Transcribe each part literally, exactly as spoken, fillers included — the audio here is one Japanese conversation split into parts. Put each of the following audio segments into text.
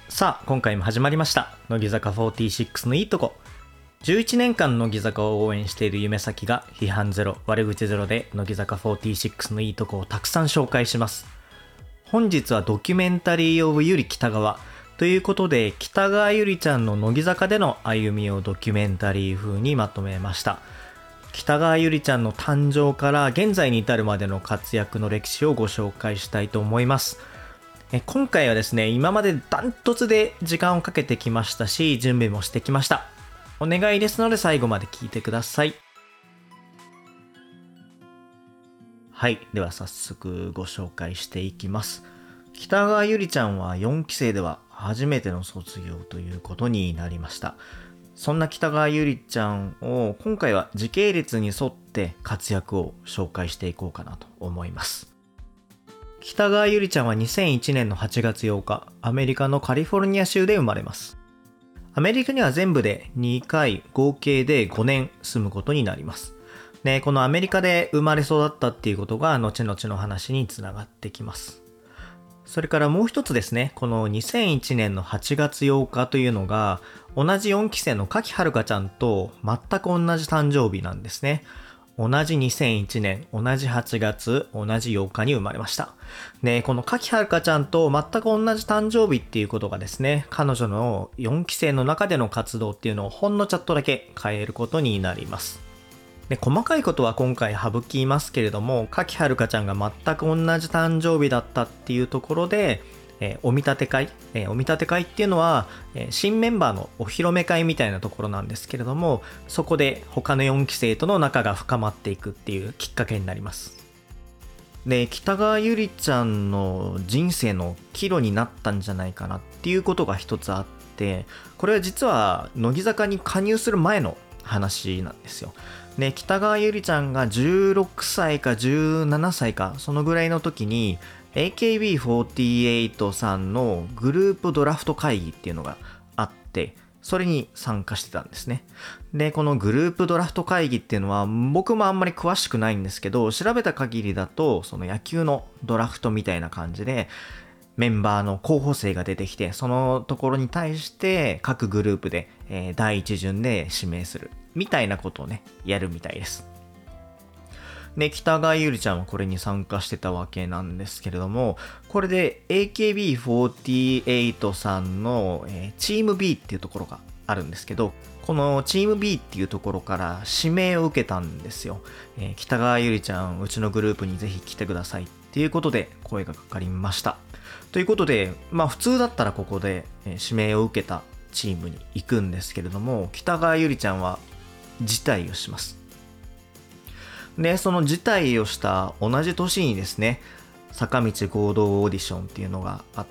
さあ今回も始まりました乃木坂フォーティーシックスのいいとこ。じゅういちねんかん乃木坂を応援している夢咲が批判ゼロ悪口ゼロで乃木坂フォーティーシックスのいいとこをたくさん紹介します。本日はドキュメンタリーオブゆり北川ということで、北川ゆりちゃんの乃木坂での歩みをドキュメンタリー風にまとめました。北川ゆりちゃんの誕生から現在に至るまでの活躍の歴史をご紹介したいと思います。え今回はですね、今までダントツで時間をかけてきましたし、準備もしてきました。お願いですので最後まで聞いてください。はい、では早速ご紹介していきます。北川ゆりちゃんはよんき生では初めての卒業ということになりました。そんな北川ゆりちゃんを今回は時系列に沿って活躍を紹介していこうかなと思います。北川ゆりちゃんはにせんいちねんのはちがつようか、アメリカのカリフォルニア州で生まれます。アメリカには全部でにかい、合計でごねん住むことになります。ね、このアメリカで生まれ育ったっていうことが後々の話につながってきます。それからもう一つですね、このにせんいちねんのはちがつようかというのが、同じよんき生の柿はるかちゃんと全く同じ誕生日なんですね。同じにせんいちねん、同じはちがつ、同じようかに生まれました。で、この柿はるかちゃんと全く同じ誕生日っていうことがですね、彼女のよんき生の中での活動っていうのをほんのちょっとだけ変えることになります。で、細かいことは今回省きますけれども、柿はるかちゃんが全く同じ誕生日だったっていうところで、えー、お見立て会、えー、お見立て会っていうのは、えー、新メンバーのお披露目会みたいなところなんですけれども、そこで他のよんき生との仲が深まっていくっていうきっかけになります。で、北川ゆりちゃんの人生の岐路になったんじゃないかなっていうことが一つあって、これは実は乃木坂に加入する前の話なんですよ。で、北川ゆりちゃんがじゅうろくさいかじゅうななさいかそのぐらいの時に エーケービーフォーティーエイト さんのグループドラフト会議っていうのがあって、それに参加してたんですね。で、このグループドラフト会議っていうのは僕もあんまり詳しくないんですけど、調べた限りだとその野球のドラフトみたいな感じでメンバーの候補生が出てきて、そのところに対して各グループで、えー、第一順で指名するみたいなことをね、やるみたいです。で、北川ゆりちゃんはこれに参加してたわけなんですけれども、これで エーケービーフォーティーエイト さんの、えー、チーム B っていうところがあるんですけど、このチーム B っていうところから指名を受けたんですよ。えー、北川ゆりちゃん、うちのグループにぜひ来てくださいっていうことで声がかかりました。ということで、まあ普通だったらここで、えー、指名を受けたチームに行くんですけれども、北川ゆりちゃんは辞退をします。で、その辞退をした同じ年にですね、坂道合同オーディションっていうのがあって、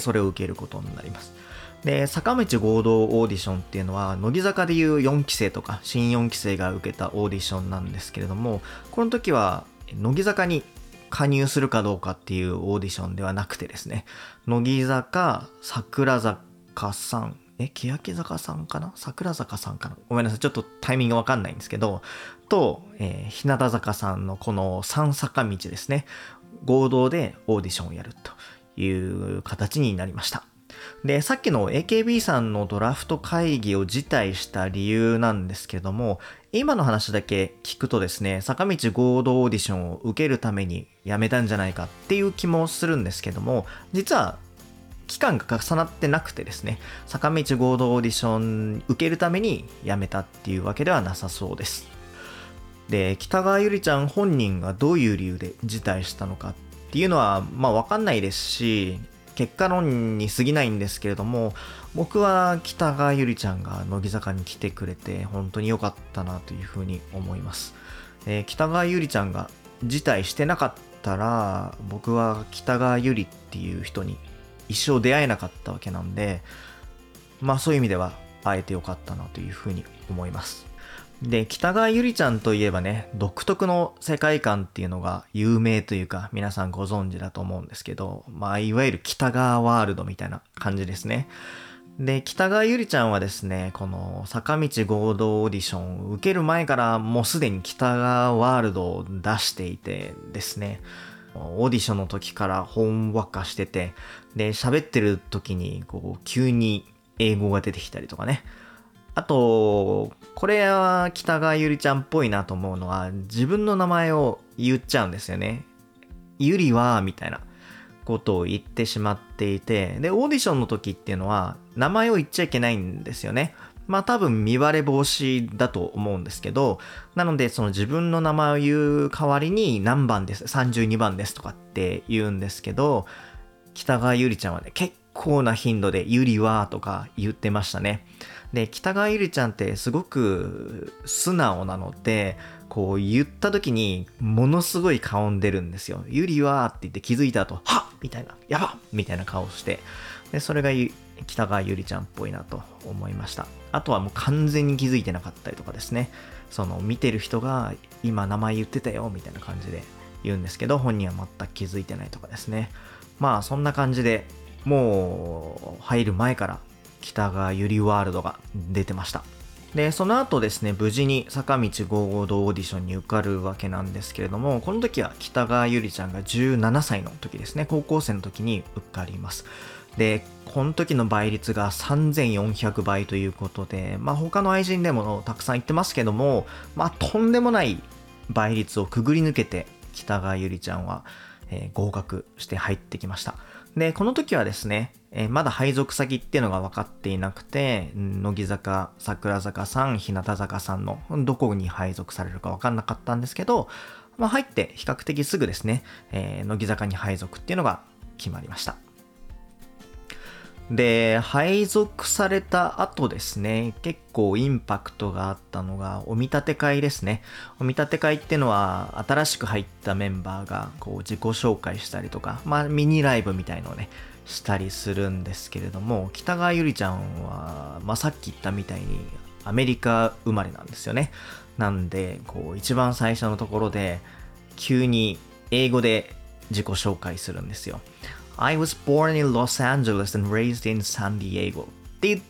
それを受けることになります。で、坂道合同オーディションっていうのは、乃木坂でいうよんき生とか新よんき生が受けたオーディションなんですけれども、この時は乃木坂に加入するかどうかっていうオーディションではなくてですね、乃木坂、桜坂さん、え、欅坂さんかな桜坂さんかなごめんなさい。ちょっとタイミングわかんないんですけど、と、えー、日向坂さんのこのさん坂道ですね。合同でオーディションをやるという形になりました。で、さっきの エーケービー さんのドラフト会議を辞退した理由なんですけども、今の話だけ聞くとですね、坂道合同オーディションを受けるために辞めたんじゃないかっていう気もするんですけども、実は期間が重なってなくてですね、坂道合同オーディション受けるために辞めたっていうわけではなさそうです。で、北川ゆりちゃん本人がどういう理由で辞退したのかっていうのは、まあわかんないですし、結果論に過ぎないんですけれども、僕は北川ゆりちゃんが乃木坂に来てくれて本当に良かったなというふうに思います。えー、北川ゆりちゃんが辞退してなかったら、僕は北川ゆりっていう人に一生出会えなかったわけなんで、まあそういう意味では会えてよかったなというふうに思います。で、北川ゆりちゃんといえばね、独特の世界観っていうのが有名というか皆さんご存知だと思うんですけど、まあいわゆる北川ワールドみたいな感じですね。で、北川ゆりちゃんはですね、この坂道合同オーディションを受ける前からもうすでに北川ワールドを出していてですね、 オーディションの時からほんわかしてて、で、喋ってる時にこう急に英語が出てきたりとかね。あと、これは北川ゆりちゃんっぽいなと思うのは、自分の名前を言っちゃうんですよね。ゆりは、みたいなことを言ってしまっていて、で、オーディションの時っていうのは、名前を言っちゃいけないんですよね。まあ多分見バレ防止だと思うんですけど、なのでその自分の名前を言う代わりに何番です、さんじゅうにばんですとかって言うんですけど、北川ゆりちゃんはね、結構な頻度でゆりはとか言ってましたね。で、北川ゆりちゃんってすごく素直なので、こう言った時にものすごい顔に出るんですよ。ゆりはって言って気づいた後、はっみたいな、やばっみたいな顔をして、で、それが北川ゆりちゃんっぽいなと思いました。あとはもう完全に気づいてなかったりとかですね。その見てる人が今名前言ってたよみたいな感じで言うんですけど、本人は全く気づいてないとかですね。まあそんな感じでもう入る前から北川ゆりワールドが出てました。で、その後ですね、無事に坂道合同オーディションに受かるわけなんですけれども、この時は北川ゆりちゃんがじゅうななさいの時ですね、高校生の時に受かります。で、この時の倍率がさんぜんよんひゃくばいということで、まあ他の愛人でもたくさん言ってますけども、まあとんでもない倍率をくぐり抜けて北川ゆりちゃんは、えー、合格して入ってきました。で、この時はですね、えー、まだ配属先っていうのが分かっていなくて、乃木坂、桜坂さん、日向坂さんのどこに配属されるか分かんなかったんですけど、まあ入って比較的すぐですね、えー、乃木坂に配属っていうのが決まりました。で、配属された後ですね、結構インパクトがあったのが、お見立て会ですね。お見立て会っていうのは、新しく入ったメンバーがこう自己紹介したりとか、まあミニライブみたいのをね、したりするんですけれども、北川ゆりちゃんは、まあさっき言ったみたいに、アメリカ生まれなんですよね。なんで、こう一番最初のところで、急に英語で自己紹介するんですよ。I was born in Los Angeles and raised in San Diego って言って、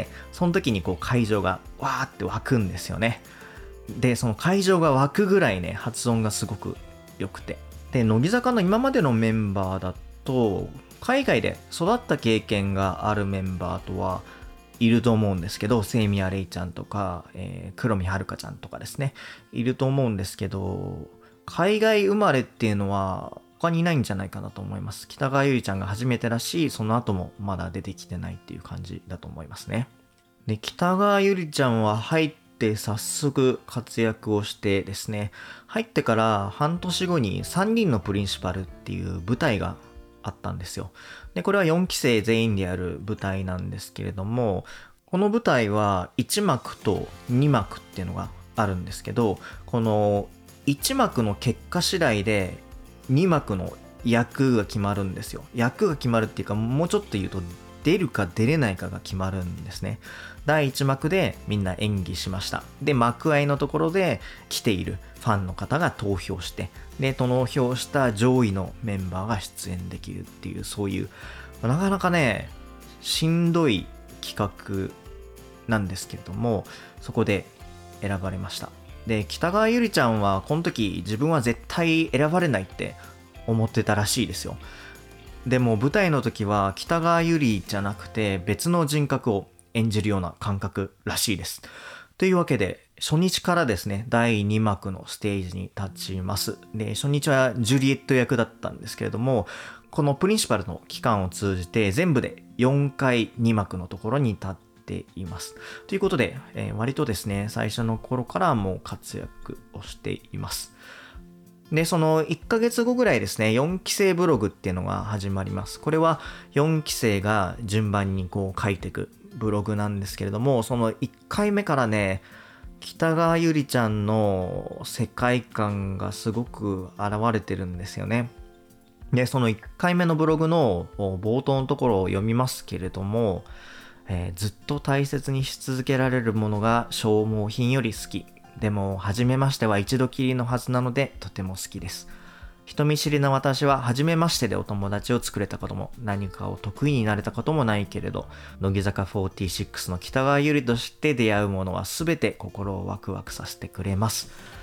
その時にこう会場がわーって湧くんですよね。で、その会場が湧くぐらいね、発音がすごく良くて。で、乃木坂の今までのメンバーだと、海外で育った経験があるメンバーとはいると思うんですけど、清宮レイちゃんとか、えー、黒見遥ちゃんとかですね、いると思うんですけど、海外生まれっていうのは、他にいないんじゃないかなと思います。北川ゆりちゃんが初めてだし、その後もまだ出てきてないっていう感じだと思いますね。で、北川ゆりちゃんは入って早速活躍をしてですね、入ってから半年後にさんにんのプリンシパルっていう舞台があったんですよ。で、これはよんき生全員でやる舞台なんですけれども、この舞台はいち幕とに幕っていうのがあるんですけど、このいち幕の結果次第でに幕の役が決まるんですよ。役が決まるっていうか、もうちょっと言うと出るか出れないかが決まるんですね。だいいち幕でみんな演技しました。で、幕合いのところで来ているファンの方が投票して、で、投票した上位のメンバーが出演できるっていう、そういう、なかなかね、しんどい企画なんですけれども、そこで選ばれました。で、北川ゆりちゃんはこの時自分は絶対選ばれないって思ってたらしいですよ。でも舞台の時は北川ゆりじゃなくて別の人格を演じるような感覚らしいです。というわけで初日からですね、だいに幕のステージに立ちます。で、初日はジュリエット役だったんですけれども、このプリンシパルの期間を通じて全部でよんかいに幕のところに立ってています。ということで、えー、割とですね、最初の頃からもう活躍をしています。で、そのいっかげつごぐらいですね、よんき生ブログっていうのが始まります。これはよんき生が順番にこう書いていくブログなんですけれども、そのいっかいめからね、北川ゆりちゃんの世界観がすごく現れてるんですよね。で、そのいっかいめのブログの冒頭のところを読みますけれども、えー、ずっと大切にし続けられるものが消耗品より好き。でも、初めましては一度きりのはずなので、とても好きです。人見知りな私は、初めましてでお友達を作れたことも、何かを得意になれたこともないけれど、乃木坂フォーティーシックスの北川ゆりとして出会うものは全て心をワクワクさせてくれます。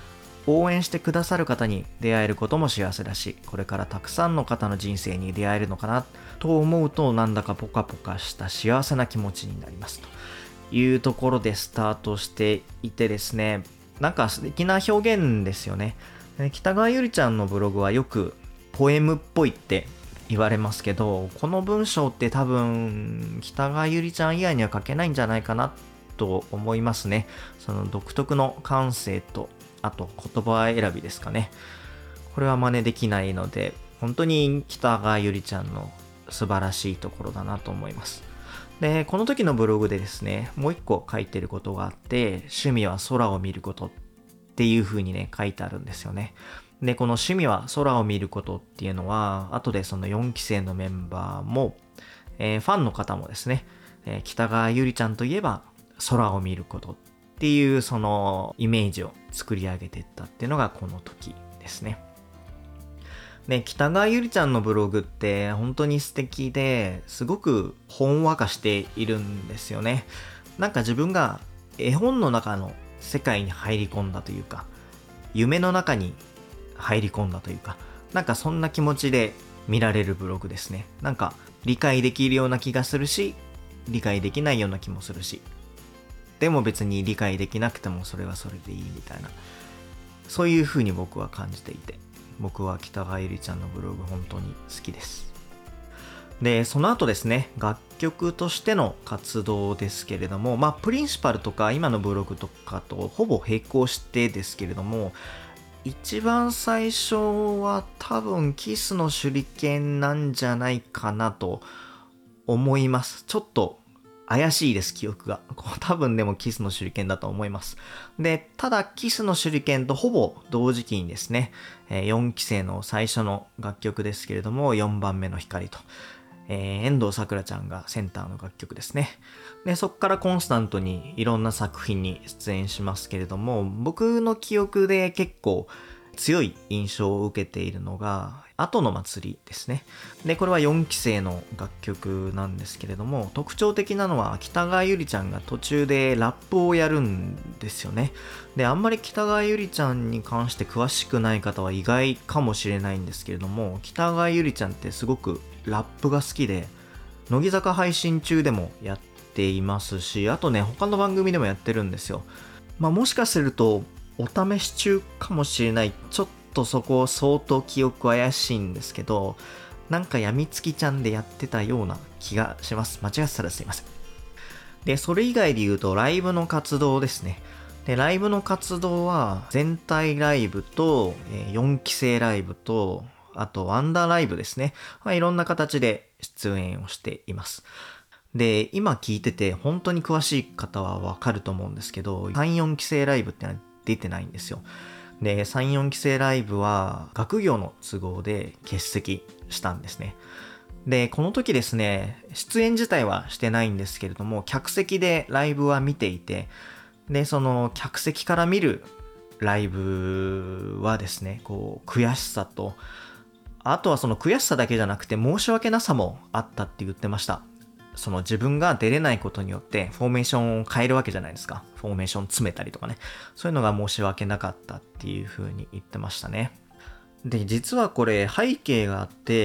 応援してくださる方に出会えることも幸せだし、これからたくさんの方の人生に出会えるのかなと思うと、なんだかポカポカした幸せな気持ちになりますというところでスタートしていてですね、なんか素敵な表現ですよね。北川ゆりちゃんのブログはよくポエムっぽいって言われますけど、この文章って多分北川ゆりちゃん以外には書けないんじゃないかなと思いますね。その独特の感性と、あと言葉選びですかね。これは真似できないので、本当に北川ゆりちゃんの素晴らしいところだなと思います。で、この時のブログでですね、もう一個書いてることがあって、趣味は空を見ることっていう風にね、書いてあるんですよね。で、この趣味は空を見ることっていうのは、後でそのよんきせいのメンバーも、えー、ファンの方もですね、えー、北川ゆりちゃんといえば空を見ることっていうそのイメージを作り上げていったっていうのがこの時ですね。で、北川ゆりちゃんのブログって本当に素敵で、すごくほんわかしているんですよね。なんか自分が絵本の中の世界に入り込んだというか、夢の中に入り込んだというか、なんかそんな気持ちで見られるブログですね。なんか理解できるような気がするし、理解できないような気もするし、でも別に理解できなくてもそれはそれでいいみたいな、そういう風に僕は感じていて、僕は北川ゆりちゃんのブログ本当に好きです。で、その後ですね、楽曲としての活動ですけれども、まあプリンシパルとか今のブログとかとほぼ並行してですけれども、一番最初は多分キスの手裏剣なんじゃないかなと思います。ちょっと怪しいです、記憶が。多分でもキスの手裏剣だと思います。で、ただキスの手裏剣とほぼ同時期にですね、よんきせいの最初の楽曲ですけれども、よんばんめの光と、えー、遠藤さくらちゃんがセンターの楽曲ですね。で、そこからコンスタントにいろんな作品に出演しますけれども、僕の記憶で結構強い印象を受けているのが、後の祭りですね。で、これはよんきせいの楽曲なんですけれども、特徴的なのは北川ゆりちゃんが途中でラップをやるんですよね。で、あんまり北川ゆりちゃんに関して詳しくない方は意外かもしれないんですけれども、北川ゆりちゃんってすごくラップが好きで、乃木坂配信中でもやっていますし、あとね、他の番組でもやってるんですよ。まあもしかするとお試し中かもしれない。ちょっとそこ相当記憶怪しいんですけど、なんかやみつきちゃんでやってたような気がします。間違ってたらすいません。で、それ以外で言うとライブの活動ですね。で、ライブの活動は全体ライブとよんきせいライブと、あとワンダーライブですね。まあ、いろんな形で出演をしています。で、今聞いてて本当に詳しい方はわかると思うんですけど、さん、よんきせいライブってのは出てないんですよ。で、さん、よんきせいライブは学業の都合で欠席したんですね。で、この時ですね、出演自体はしてないんですけれども、客席でライブは見ていて、で、その客席から見るライブはですね、こう、悔しさと、あとはその悔しさだけじゃなくて申し訳なさもあったって言ってました。その自分が出れないことによってフォーメーションを変えるわけじゃないですか。フォーメーション詰めたりとかね。そういうのが申し訳なかったっていう風に言ってましたね。で、実はこれ背景があって、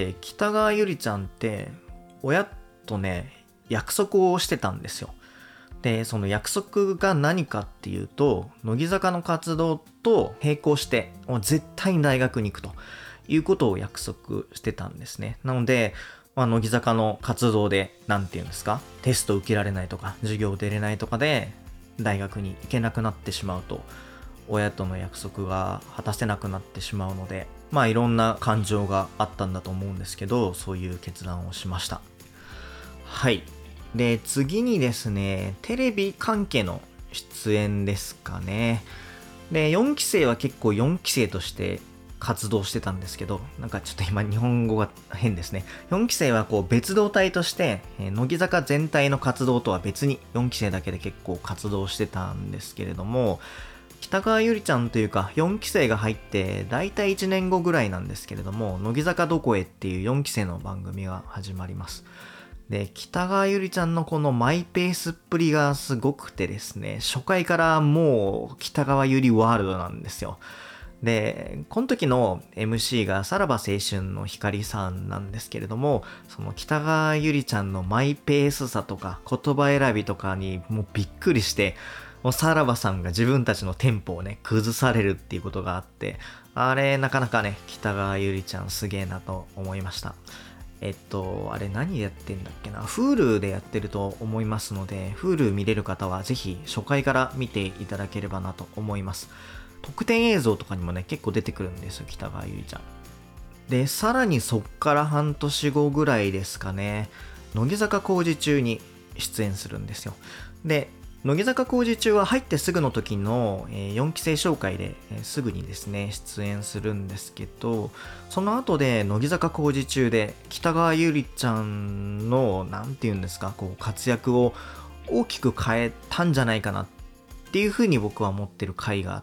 北川ゆりちゃんって親とね、約束をしてたんですよ。で、その約束が何かっていうと、乃木坂の活動と並行して、もう絶対に大学に行くということを約束してたんですね。なので、まあ、乃木坂の活動で、なんていうんですか、テスト受けられないとか、授業出れないとかで、大学に行けなくなってしまうと、親との約束が果たせなくなってしまうので、まあいろんな感情があったんだと思うんですけど、そういう決断をしました。はい。で、次にですね、テレビ関係の出演ですかね。で、よんきせいは結構よんきせいとして活動してたんですけど、なんかちょっと今日本語が変ですね。よんきせいはこう別動隊として、えー、乃木坂全体の活動とは別によんきせいだけで結構活動してたんですけれども、北川ゆりちゃんというかよんきせいが入ってだいたいいちねんごぐらいなんですけれども、乃木坂どこへっていうよんきせいの番組が始まります。で、北川ゆりちゃんのこのマイペースっぷりがすごくてですね、初回からもう北川ゆりワールドなんですよ。 で、この時の エムシー がさらば青春の光さんなんですけれども、その北川ゆりちゃんのマイペースさとか言葉選びとかにもうびっくりして、もうさらばさんが自分たちのテンポをね、崩されるっていうことがあって、あれ、なかなかね、北川ゆりちゃんすげえなと思いました。えっと、あれ何でやってんだっけな Hulu でやってると思いますので、Hulu 見れる方はぜひ初回から見ていただければなと思います。特典映像とかにもね、結構出てくるんですよ、北川ゆりちゃん。で、さらにそっから半年後ぐらいですかね、乃木坂工事中に出演するんですよ。で、乃木坂工事中は入ってすぐの時のよんきせい紹介ですぐにですね、出演するんですけど、その後で乃木坂工事中で北川ゆりちゃんの、なんていうんですか、こう活躍を大きく変えたんじゃないかなっていうふうに僕は思ってる回があって、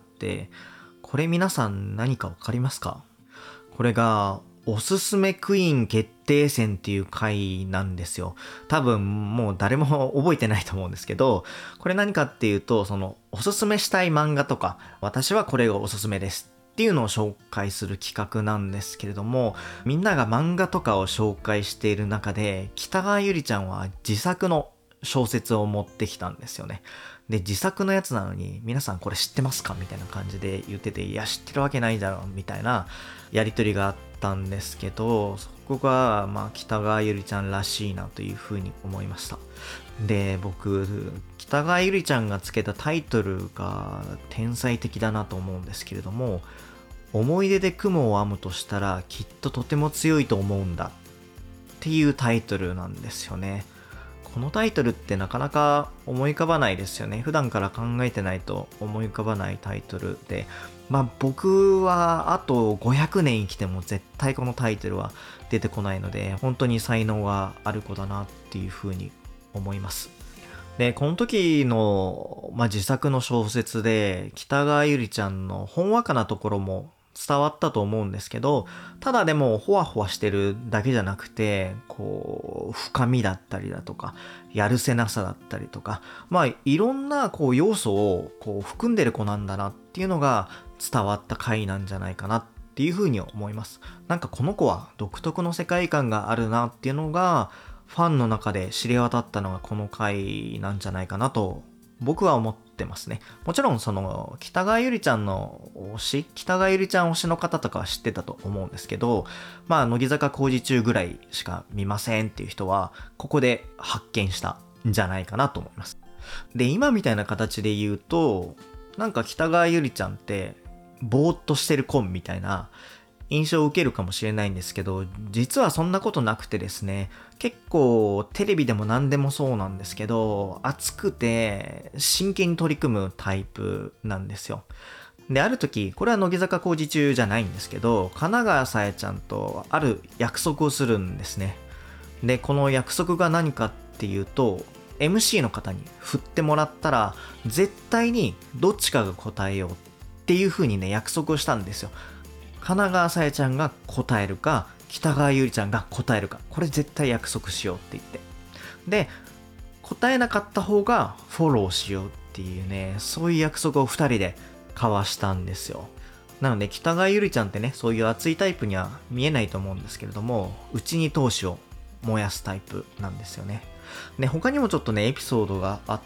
これ皆さん何かわかりますか？これがおすすめクイーン決定戦っていう回なんですよ。多分もう誰も覚えてないと思うんですけど、これ何かっていうと、そのおすすめしたい漫画とか、私はこれがおすすめですっていうのを紹介する企画なんですけれども、みんなが漫画とかを紹介している中で、北川ゆりちゃんは自作の小説を持ってきたんですよね。で、自作のやつなのに、皆さんこれ知ってますかみたいな感じで言ってて、いや、知ってるわけないだろうみたいなやりとりがあったんですけど、そこが、まあ、北川ゆりちゃんらしいなというふうに思いました。で、僕、北川ゆりちゃんがつけたタイトルが天才的だなと思うんですけれども、思い出で雲を編むとしたら、きっととても強いと思うんだっていうタイトルなんですよね。このタイトルってなかなか思い浮かばないですよね。普段から考えてないと思い浮かばないタイトルで、まあ僕はあとごひゃくねん生きても絶対このタイトルは出てこないので、本当に才能がある子だなっていうふうに思います。で、この時の、まあ、自作の小説で北川ゆりちゃんのほんわかなところも伝わったと思うんですけど、ただでもほわほわしてるだけじゃなくて、こう、深みだったりだとか、やるせなさだったりとか、まあいろんなこう要素をこう含んでる子なんだなっていうのが伝わった回なんじゃないかなっていうふうに思います。なんかこの子は独特の世界観があるなっていうのが、ファンの中で知れ渡ったのがこの回なんじゃないかなと僕は思ってますね。もちろんその北川ゆりちゃんの推し、北川ゆりちゃん推しの方とかは知ってたと思うんですけど、まあ乃木坂工事中ぐらいしか見ませんっていう人はここで発見したんじゃないかなと思います。で、今みたいな形で言うと、なんか北川ゆりちゃんってぼーっとしてる子みたいな印象を受けるかもしれないんですけど、実はそんなことなくてですね、結構テレビでも何でもそうなんですけど、熱くて真剣に取り組むタイプなんですよ。で、ある時、これは乃木坂工事中じゃないんですけど、神奈川さえちゃんとある約束をするんですね。で、この約束が何かっていうと、エムシー の方に振ってもらったら、絶対にどっちかが答えようっていう風にね、約束をしたんですよ。神奈川さえちゃんが答えるか、北川ゆりちゃんが答えるか、これ絶対約束しようって言って。で、答えなかった方がフォローしようっていうね、そういう約束をふたりで交わしたんですよ。なので、北川ゆりちゃんってね、そういう熱いタイプには見えないと思うんですけれども、内に闘志を燃やすタイプなんですよね。で、他にもちょっとね、エピソードがあって、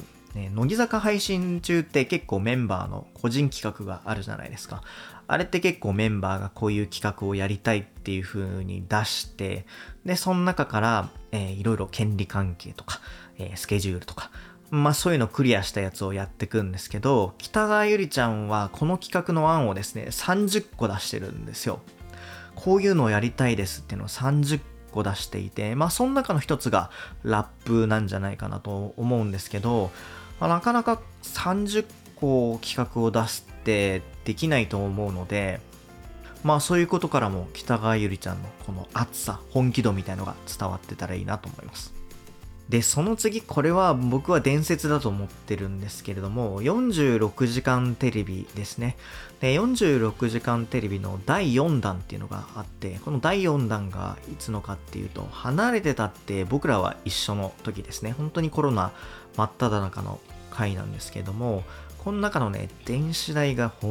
ね、乃木坂配信中って結構メンバーの個人企画があるじゃないですか。あれって結構メンバーがこういう企画をやりたいっていう風に出して、で、その中から、えー、いろいろ権利関係とか、えー、スケジュールとか、まあそういうのをクリアしたやつをやっていくんですけど、北川ゆりちゃんはこの企画の案をですね、さんじゅっこ出してるんですよ。こういうのをやりたいですっていうのをさんじゅっこ出していて、まあその中の一つがラップなんじゃないかなと思うんですけど、まあ、なかなかさんじゅっこ企画を出すってできないと思うので、まあそういうことからも北川ゆりちゃんのこの熱さ、本気度みたいのが伝わってたらいいなと思います。で、その次、これは僕は伝説だと思ってるんですけれども、よんじゅうろくじかんテレビですね。で、よんじゅうろくじかんテレビのだいよんだんっていうのがあって、このだいよんだんがいつのかっていうと、離れてたって僕らは一緒の時ですね。本当にコロナ真っ只中の回なんですけれども、この中のね、電子代が本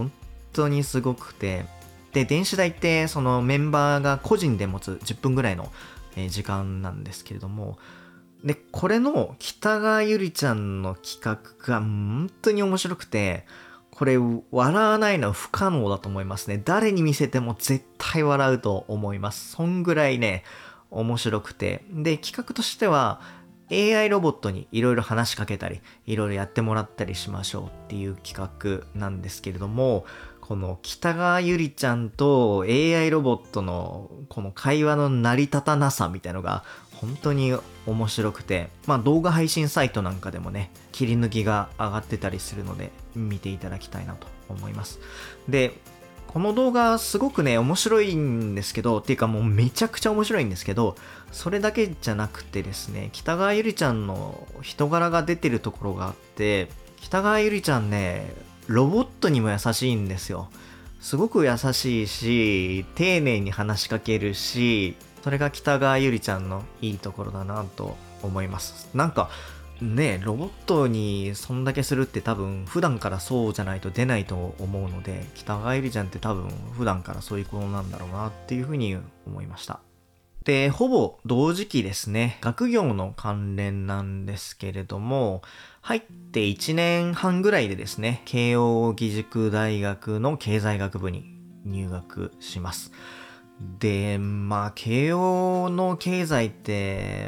当にすごくて、で、電子代ってそのメンバーが個人で持つじゅっぷんぐらいの時間なんですけれども、で、これの北川ゆりちゃんの企画が本当に面白くて、これ笑わないのは不可能だと思いますね。誰に見せても絶対笑うと思います。そんぐらいね、面白くて。で、企画としては、エーアイ ロボットにいろいろ話しかけたり、いろいろやってもらったりしましょうっていう企画なんですけれども、この北川ゆりちゃんと エーアイ ロボットのこの会話の成り立たなさみたいのが本当に面白くて、まあ動画配信サイトなんかでもね、切り抜きが上がってたりするので見ていただきたいなと思います。で、この動画すごくね、面白いんですけど、っていうかもうめちゃくちゃ面白いんですけど、それだけじゃなくてですね、北川ゆりちゃんの人柄が出てるところがあって、北川ゆりちゃんね、ロボットにも優しいんですよ。すごく優しいし、丁寧に話しかけるし、それが北川ゆりちゃんのいいところだなと思います。なんか、ね、ロボットにそんだけするって多分普段からそうじゃないと出ないと思うので、北川ゆりちゃんって多分普段からそういう子なんだろうなっていうふうに思いました。で、ほぼ同時期ですね、学業の関連なんですけれども、入っていちねんはんぐらいでですね、慶応義塾大学の経済学部に入学します。で、まあ、慶応の経済って、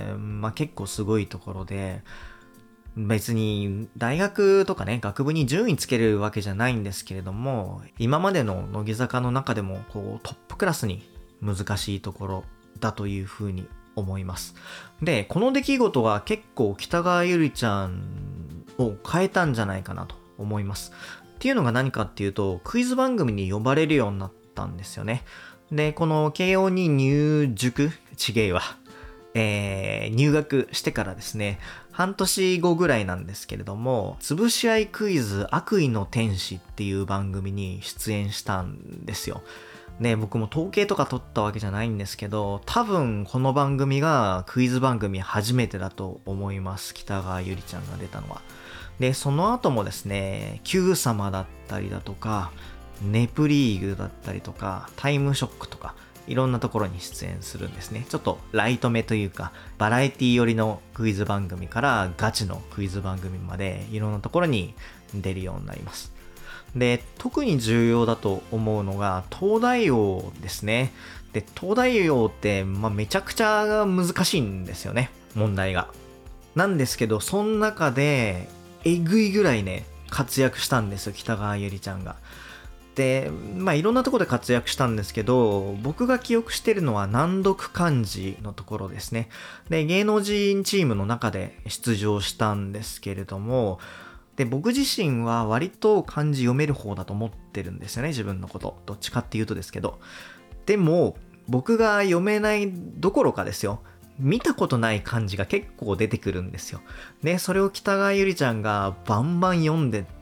まあ結構すごいところで、別に大学とかね、学部に順位つけるわけじゃないんですけれども、今までの乃木坂の中でもこうトップクラスに難しいところだというふうに思います。で、この出来事は結構北川ゆりちゃんを変えたんじゃないかなと思います。っていうのが何かっていうと、クイズ番組に呼ばれるようになったんですよね。で、この慶応に入塾ちげえわ。えー、入学してからですね、半年後ぐらいなんですけれども、潰し合いクイズ悪意の天使っていう番組に出演したんですよ。ね、僕も統計とか取ったわけじゃないんですけど、多分この番組がクイズ番組初めてだと思います。北川ゆりちゃんが出たのは。で、その後もですね、Q 様だったりだとか、ネプリーグだったりとか、タイムショックとか、いろんなところに出演するんですね。ちょっとライト目というか、バラエティ寄りのクイズ番組からガチのクイズ番組までいろんなところに出るようになります。で、特に重要だと思うのが東大王ですね。で、東大王って、まあ、めちゃくちゃ難しいんですよね、問題が。なんですけど、その中でえぐいぐらいね、活躍したんですよ、北川ゆりちゃんが。で、まあいろんなところで活躍したんですけど、僕が記憶してるのは難読漢字のところですね。で、芸能人チームの中で出場したんですけれども、で、僕自身は割と漢字読める方だと思ってるんですよね、自分のこと。どっちかっていうとですけど。でも、僕が読めないどころかですよ。見たことない漢字が結構出てくるんですよ。で、それを北川ゆりちゃんがバンバン読んでって、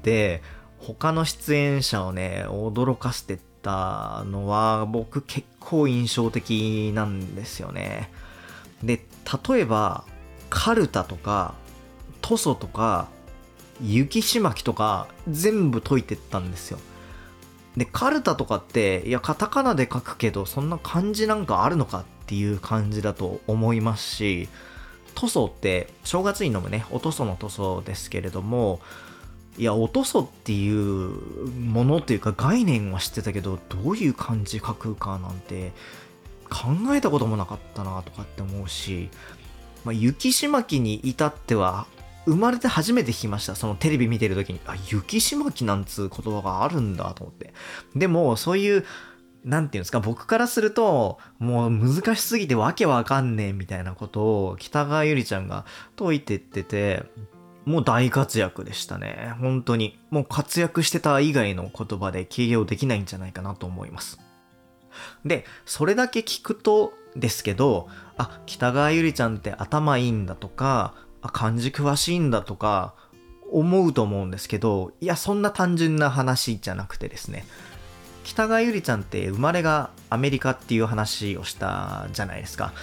他の出演者をね、驚かせてったのは僕結構印象的なんですよね。で、例えば、カルタとか、トソとか、雪しまきとか全部解いてったんですよ。で、カルタとかって、いや、カタカナで書くけど、そんな漢字なんかあるのかっていう感じだと思いますし、トソって正月に飲むね、おとそのトソですけれども、いや、おとそっていうものというか概念は知ってたけど、どういう漢字書くかなんて考えたこともなかったなとかって思うし、まあ、雪しまきに至っては生まれて初めて聞きました。そのテレビ見てる時に、あ、雪しまきなんつう言葉があるんだと思って。でもそういうなんていうんですか、僕からするともう難しすぎてわけわかんねえみたいなことを北川ゆりちゃんが解いてってて、もう大活躍でしたね。本当に。もう活躍してた以外の言葉で形容できないんじゃないかなと思います。で、それだけ聞くとですけど、あ、北川ゆりちゃんって頭いいんだとか、あ、漢字詳しいんだとか思うと思うんですけど、いや、そんな単純な話じゃなくてですね、北川ゆりちゃんって生まれがアメリカっていう話をしたじゃないですか。っていうことで、もともと漢字を全然知らないんですよ。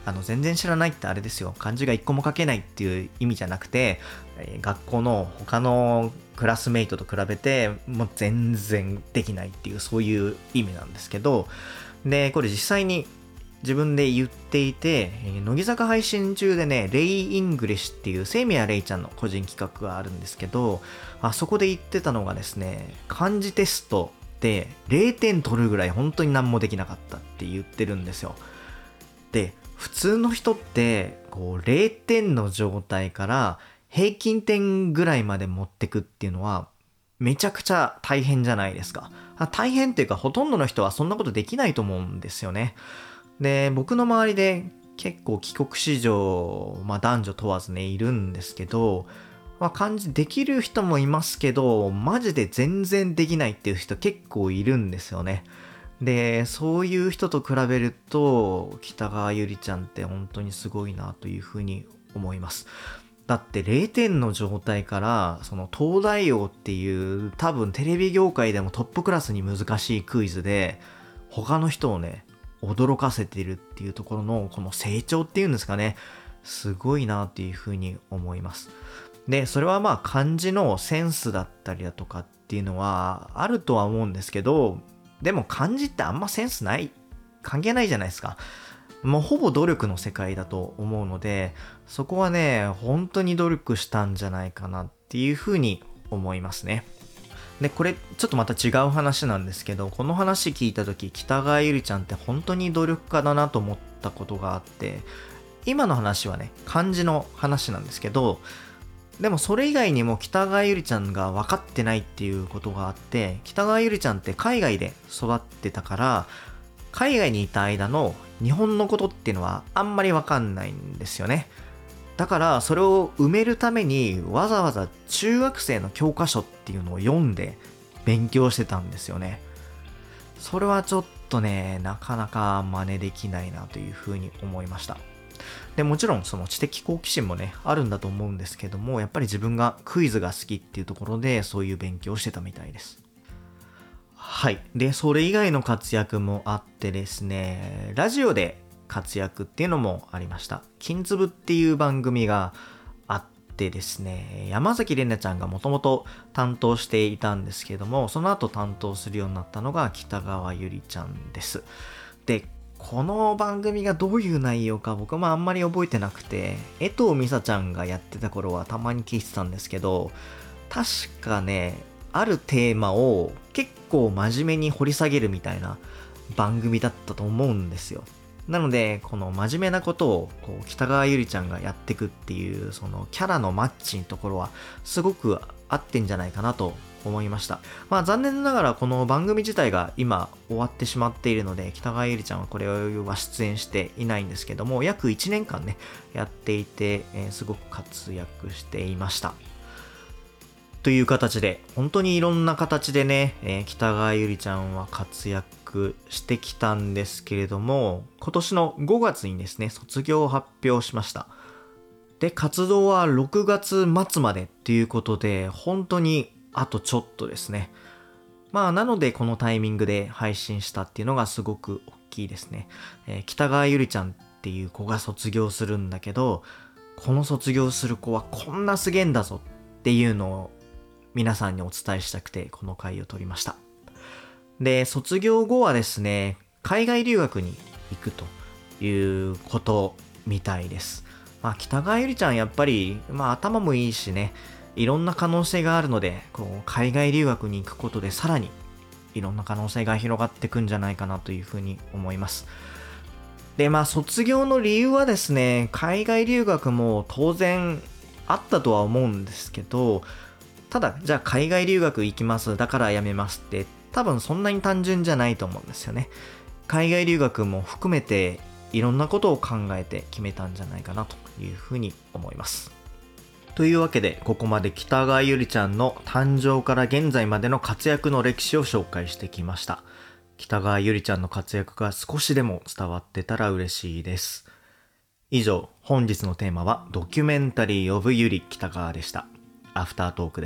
あの全然知らないってあれですよ、漢字が一個も書けないっていう意味じゃなくて、えー学校の他のクラスメイトと比べてもう全然できないっていう、そういう意味なんですけど、でこれ実際に自分で言っていて、えー乃木坂配信中でね、レイ・イングリッシュっていう清宮レイちゃんの個人企画があるんですけど、あそこで言ってたのがですね、漢字テストでれいてん取るぐらい本当に何もできなかったって言ってるんですよ。で、普通の人ってこうれいてんの状態から平均点ぐらいまで持ってくっていうのはめちゃくちゃ大変じゃないですか。あ大変っていうか、ほとんどの人はそんなことできないと思うんですよね。で、僕の周りで結構帰国子女、まあ男女問わずね、いるんですけど、まあ漢字できる人もいますけど、マジで全然できないっていう人結構いるんですよね。で、そういう人と比べると、北川ゆりちゃんって本当にすごいなというふうに思います。だってれいてんの状態から、その東大王っていう多分テレビ業界でもトップクラスに難しいクイズで、他の人をね、驚かせているっていうところのこの成長っていうんですかね、すごいなっていうふうに思います。で、それはまあ漢字のセンスだったりだとかっていうのはあるとは思うんですけど、でも漢字ってあんまセンスない、関係ないじゃないですか。もうほぼ努力の世界だと思うので、そこはね、本当に努力したんじゃないかなっていうふうに思いますね。で、これちょっとまた違う話なんですけど、この話聞いた時、北川ゆりちゃんって本当に努力家だなと思ったことがあって、今の話はね、漢字の話なんですけど、でもそれ以外にも北川ゆりちゃんが分かってないっていうことがあって、北川ゆりちゃんって海外で育ってたから、海外にいた間の日本のことっていうのはあんまり分かんないんですよね。だからそれを埋めるためにわざわざ中学生の教科書っていうのを読んで勉強してたんですよね。それはちょっとね、なかなか真似できないなというふうに思いました。で、もちろんその知的好奇心もね、あるんだと思うんですけども、やっぱり自分がクイズが好きっていうところでそういう勉強をしてたみたいです。はい。で、それ以外の活躍もあってですね、ラジオで活躍っていうのもありました。金粒っていう番組があってですね、山崎怜奈ちゃんがもともと担当していたんですけども、その後担当するようになったのが北川ゆりちゃんです。で、この番組がどういう内容か僕もあんまり覚えてなくて、江藤美沙ちゃんがやってた頃はたまに聞いてたんですけど、確かね、あるテーマを結構真面目に掘り下げるみたいな番組だったと思うんですよ。なので、この真面目なことをこう北川ゆりちゃんがやってくっていう、そのキャラのマッチのところはすごく合ってんじゃないかなと思いました。まあ残念ながらこの番組自体が今終わってしまっているので、北川ゆりちゃんはこれは出演していないんですけども、約いちねんかんね、やっていて、えーすごく活躍していました。という形で、本当にいろんな形でね、えー北川ゆりちゃんは活躍してきたんですけれども、今年のごがつにですね、卒業を発表しました。で、活動はろくがつ末までっていうことで、本当にあとちょっとですね。まあ、なのでこのタイミングで配信したっていうのがすごく大きいですね。えー北川ゆりちゃんっていう子が卒業するんだけど、この卒業する子はこんなすげえんだぞっていうのを皆さんにお伝えしたくてこの回を取りました。で、卒業後はですね、海外留学に行くということみたいです。まあ、北川ゆりちゃんやっぱり、まあ頭もいいしね、いろんな可能性があるので、こう海外留学に行くことでさらにいろんな可能性が広がっていくんじゃないかなというふうに思います。で、まあ卒業の理由はですね、海外留学も当然あったとは思うんですけど、ただ、じゃあ海外留学行きます、だからやめますって、多分そんなに単純じゃないと思うんですよね。海外留学も含めて、いろんなことを考えて決めたんじゃないかなというふうに思います。というわけで、ここまで北川ゆりちゃんの誕生から現在までの活躍の歴史を紹介してきました。北川ゆりちゃんの活躍が少しでも伝わってたら嬉しいです。以上、本日のテーマはドキュメンタリーオブゆり北川でした。アフタートークです。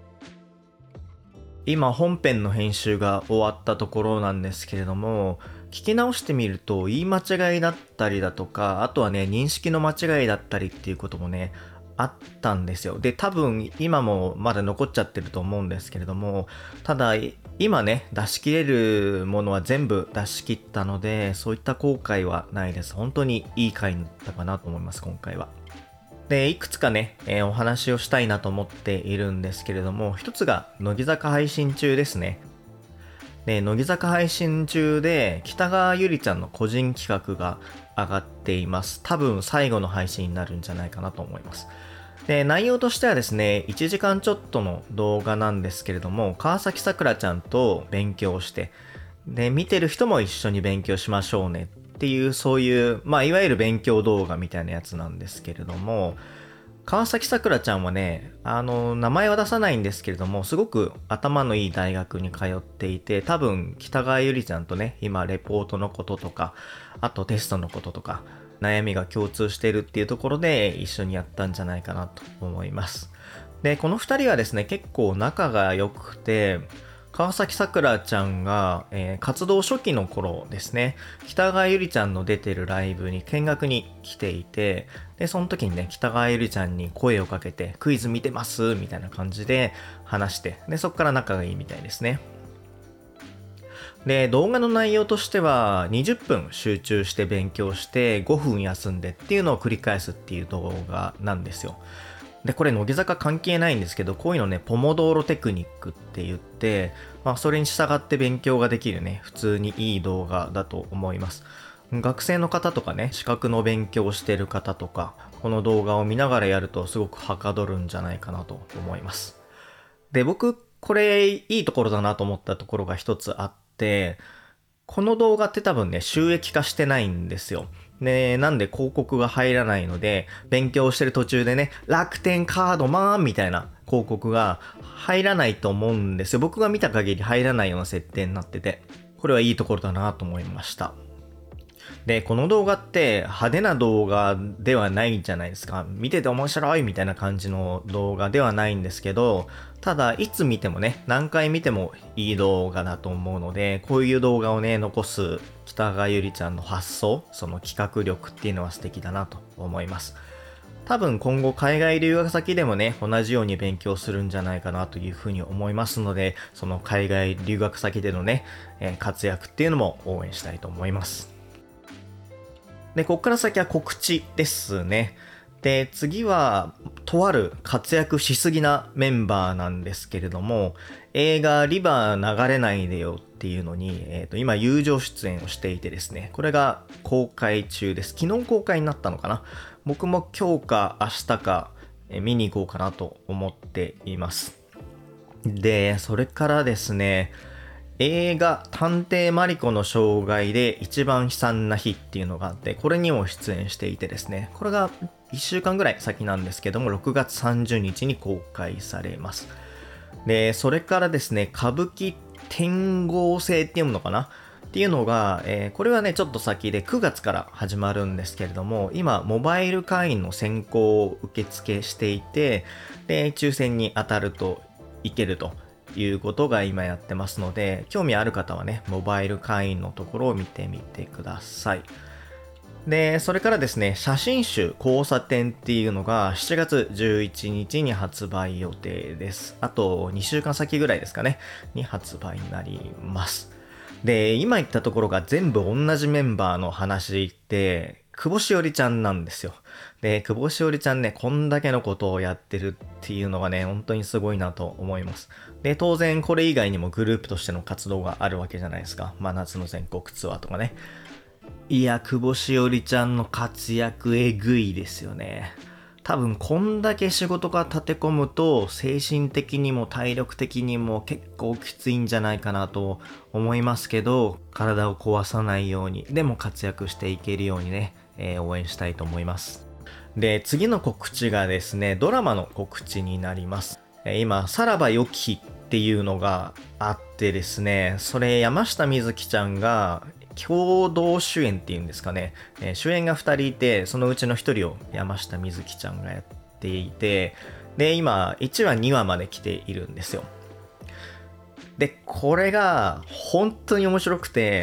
今本編の編集が終わったところなんですけれども、 聞き直してみると言い間違いだったりだとか、あとはね、認識の間違いだったりっていうこともね、あったんですよ。で、多分今もまだ残っちゃってると思うんですけれども、ただ今ね、出し切れるものは全部出し切ったので、そういった後悔はないです。本当にいい回だったかなと思います、今回は。で、いくつかね、えーお話をしたいなと思っているんですけれども、一つが乃木坂配信中ですね。で、乃木坂配信中で北川ゆりちゃんの個人企画が上がっています。多分最後の配信になるんじゃないかなと思います。で、内容としてはですね、いちじかんちょっとの動画なんですけれども、川崎さくらちゃんと勉強して、で、見てる人も一緒に勉強しましょうねっていう、そういう、まあ、いわゆる勉強動画みたいなやつなんですけれども、川崎さくらちゃんはね、あの、名前は出さないんですけれども、すごく頭のいい大学に通っていて、多分、北川ゆりちゃんとね、今、レポートのこととか、あとテストのこととか、悩みが共通しているっていうところで、一緒にやったんじゃないかなと思います。で、この二人はですね、結構仲が良くて、川崎さくらちゃんが、えー活動初期の頃ですね、北川ゆりちゃんの出てるライブに見学に来ていて、で、その時にね、北川ゆりちゃんに声をかけて、クイズ見てますみたいな感じで話して、で、そこから仲がいいみたいですね。で、動画の内容としては、にじゅっぷん集中して勉強して、ごふん休んでっていうのを繰り返すっていう動画なんですよ。で、これ乃木坂関係ないんですけど、こういうのね、ポモドーロテクニックって言って、まあ、それに従って勉強ができるね、普通にいい動画だと思います。学生の方とかね、資格の勉強をしてる方とか、この動画を見ながらやるとすごくはかどるんじゃないかなと思います。で、僕、これいいところだなと思ったところが一つあって、この動画って多分ね、収益化してないんですよ。で、なんで広告が入らないので、勉強してる途中でね、楽天カードマンみたいな広告が入らないと思うんですよ。僕が見た限り入らないような設定になってて、これはいいところだなと思いました。で、この動画って派手な動画ではないじゃないですか。見てて面白いみたいな感じの動画ではないんですけど、ただいつ見てもね、何回見てもいい動画だと思うので、こういう動画をね、残す北川ゆりちゃんの発想、その企画力っていうのは素敵だなと思います。多分今後海外留学先でもね、同じように勉強するんじゃないかなというふうに思いますので、その海外留学先でのね、えー活躍っていうのも応援したいと思います。で、ここから先は告知ですね。で、次は、とある活躍しすぎなメンバーなんですけれども、映画リバー流れないでよっていうのに、えっと、今友情出演をしていてですね、これが公開中です。昨日公開になったのかな。僕も今日か明日かえ見に行こうかなと思っています。で、それからですね、映画探偵マリコの生涯で一番悲惨な日っていうのがあって、これにも出演していてですね、これがいっしゅうかんぐらい先なんですけども、ろくがつさんじゅうにちに公開されます。で、それからですね、歌舞伎天合星っていうのかなっていうのが、えーこれはね、ちょっと先でくがつから始まるんですけれども、今、モバイル会員の選考を受付していて、で、抽選に当たるといけるということが今やってますので、興味ある方はね、モバイル会員のところを見てみてください。で、それからですね、写真集交差点っていうのがしちがつじゅういちにちに発売予定です。あとにしゅうかん先ぐらいですかね、に発売になります。で、今言ったところが全部同じメンバーの話で、久保しおりちゃんなんですよ。で、久保しおりちゃんね、こんだけのことをやってるっていうのがね、本当にすごいなと思います。で、当然これ以外にもグループとしての活動があるわけじゃないですか。真夏の全国ツアーとかね。いや、久保しおりちゃんの活躍えぐいですよね。多分こんだけ仕事が立て込むと精神的にも体力的にも結構きついんじゃないかなと思いますけど、体を壊さないように、でも活躍していけるようにね、えー応援したいと思います。で、次の告知がですね、ドラマの告知になります。えー今、さらばよきっていうのがあってですね、それ山下美月ちゃんが共同主演っていうんですかね、えー主演がふたりいて、そのうちのひとりを山下美月ちゃんがやっていて、で、今、いちわ、にわまで来ているんですよ。で、これが本当に面白くて、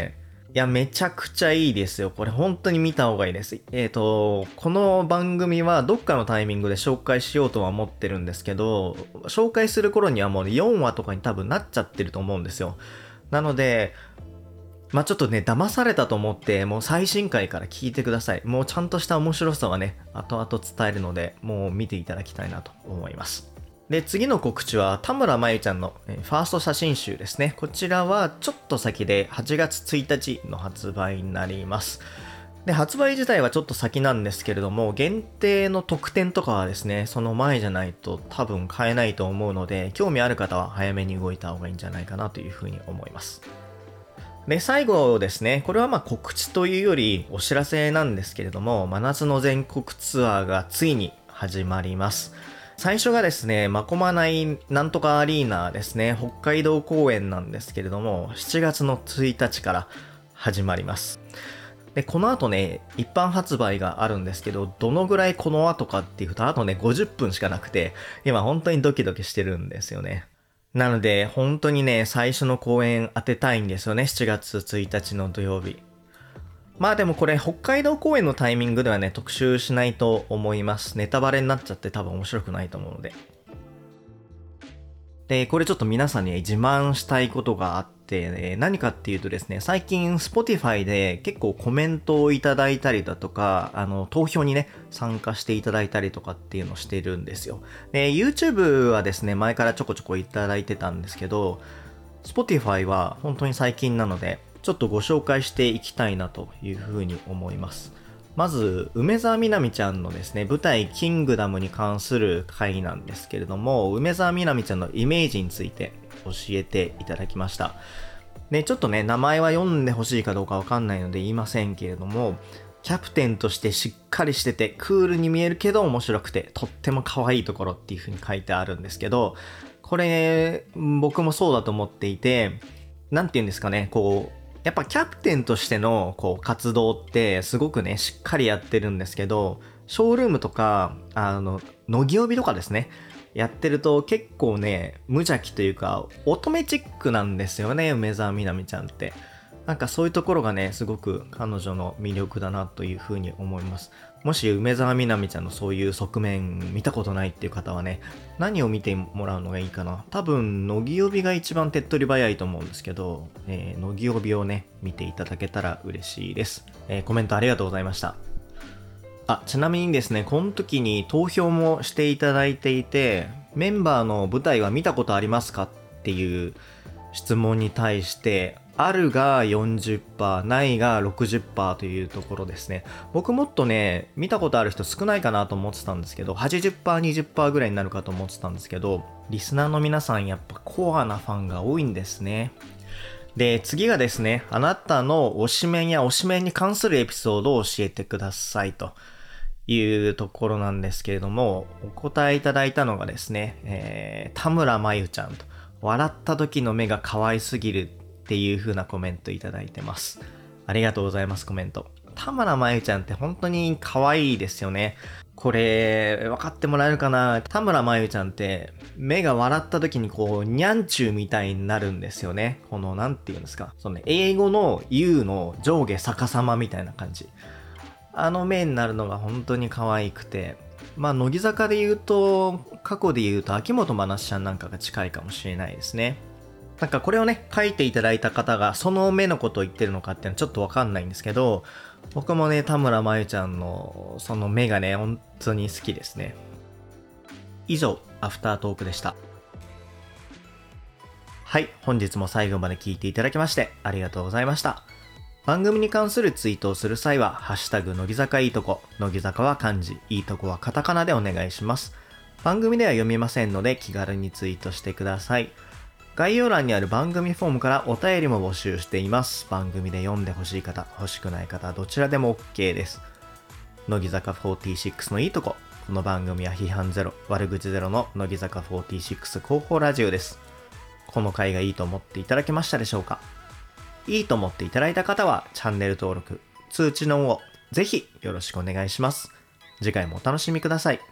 いや、めちゃくちゃいいですよ。これ本当に見た方がいいです。えっと、この番組はどっかのタイミングで紹介しようとは思ってるんですけど、紹介する頃にはもうよんわとかに多分なっちゃってると思うんですよ。なので、まあちょっとね、騙されたと思って、もう最新回から聞いてください。もうちゃんとした面白さはね、後々伝えるので、もう見ていただきたいなと思います。で、次の告知は田村真由ちゃんのファースト写真集ですね。こちらはちょっと先ではちがつついたちの発売になります。で、発売自体はちょっと先なんですけれども、限定の特典とかはですね、その前じゃないと多分買えないと思うので、興味ある方は早めに動いた方がいいんじゃないかなというふうに思います。で、最後ですね、これはまあ告知というよりお知らせなんですけれども、真夏の全国ツアーがついに始まります。最初がですね、まこまないなんとかアリーナですね、北海道公演なんですけれども、しちがつのついたちから始まります。で、この後ね、一般発売があるんですけど、どのぐらいこの後かっていうと、あとね、ごじゅっぷんしかなくて、今本当にドキドキしてるんですよね。なので、本当にね、最初の公演当てたいんですよね、しちがつついたちの土曜日。まあでもこれ北海道公演のタイミングではね、特集しないと思います。ネタバレになっちゃって多分面白くないと思うので。で、これちょっと皆さんに自慢したいことがあって、ね、何かっていうとですね、最近 Spotify で結構コメントをいただいたりだとか、あの、投票にね、参加していただいたりとかっていうのをしてるんですよ。で、YouTube はですね、前からちょこちょこいただいてたんですけど、Spotify は本当に最近なので、ちょっとご紹介していきたいなというふうに思います。まず、梅澤美波ちゃんのですね、舞台キングダムに関する回なんですけれども、梅澤美波ちゃんのイメージについて教えていただきました。で、ちょっとね、名前は読んでほしいかどうかわかんないので言いませんけれども、キャプテンとしてしっかりしてて、クールに見えるけど面白くて、とっても可愛いところっていう風に書いてあるんですけど、これ、僕もそうだと思っていて、なんて言うんですかね、こう、やっぱキャプテンとしてのこう活動ってすごくね、しっかりやってるんですけど、ショールームとか、あの、乃木帯とかですね、やってると結構ね、無邪気というか、乙女チックなんですよね、梅澤美波ちゃんって。なんかそういうところがね、すごく彼女の魅力だなというふうに思います。もし梅澤美波ちゃんのそういう側面見たことないっていう方はね、何を見てもらうのがいいかな。多分、乃木帯が一番手っ取り早いと思うんですけど、えー、乃木帯をね、見ていただけたら嬉しいです。えー、コメントありがとうございました。あ、ちなみにですね、この時に投票もしていただいていて、メンバーの舞台は見たことありますかっていう質問に対して、あるが よんじゅっパーセント、ないが ろくじゅっパーセント というところですね。僕もっとね、見たことある人少ないかなと思ってたんですけど、はちじゅっパーセント、にじゅっパーセント ぐらいになるかと思ってたんですけど、リスナーの皆さんやっぱコアなファンが多いんですね。で、次がですね、あなたの推しメンや推しメンに関するエピソードを教えてくださいというところなんですけれども、お答えいただいたのがですね、えー、田村真由ちゃんと、笑った時の目が可愛すぎるっていう風なコメントいただいてます。ありがとうございます、コメント。田村真由ちゃんって本当に可愛いですよね。これ、分かってもらえるかな。田村真由ちゃんって、目が笑った時にこう、にゃんちゅうみたいになるんですよね。この、なんて言うんですか。そのね、英語の U の上下逆さまみたいな感じ。あの目になるのが本当に可愛くて、まあ、乃木坂で言うと、過去で言うと、秋元真夏ちゃんなんかが近いかもしれないですね。なんかこれをね、書いていただいた方が、その目のことを言ってるのかっていうのはちょっとわかんないんですけど、僕もね、田村真由ちゃんのその目がね、本当に好きですね。以上、アフタートークでした。はい、本日も最後まで聞いていただきまして、ありがとうございました。番組に関するツイートをする際は、ハッシュタグ、乃木坂いいとこ、乃木坂は漢字、いいとこはカタカナでお願いします。番組では読みませんので、気軽にツイートしてください。概要欄にある番組フォームからお便りも募集しています。番組で読んでほしい方、欲しくない方、どちらでも OK です。乃木坂フォーティーシックスのいいとこ。この番組は批判ゼロ、悪口ゼロの乃木坂フォーティーシックス広報ラジオです。この回がいいと思っていただけましたでしょうか？いいと思っていただいた方はチャンネル登録、通知のオンをぜひよろしくお願いします。次回もお楽しみください。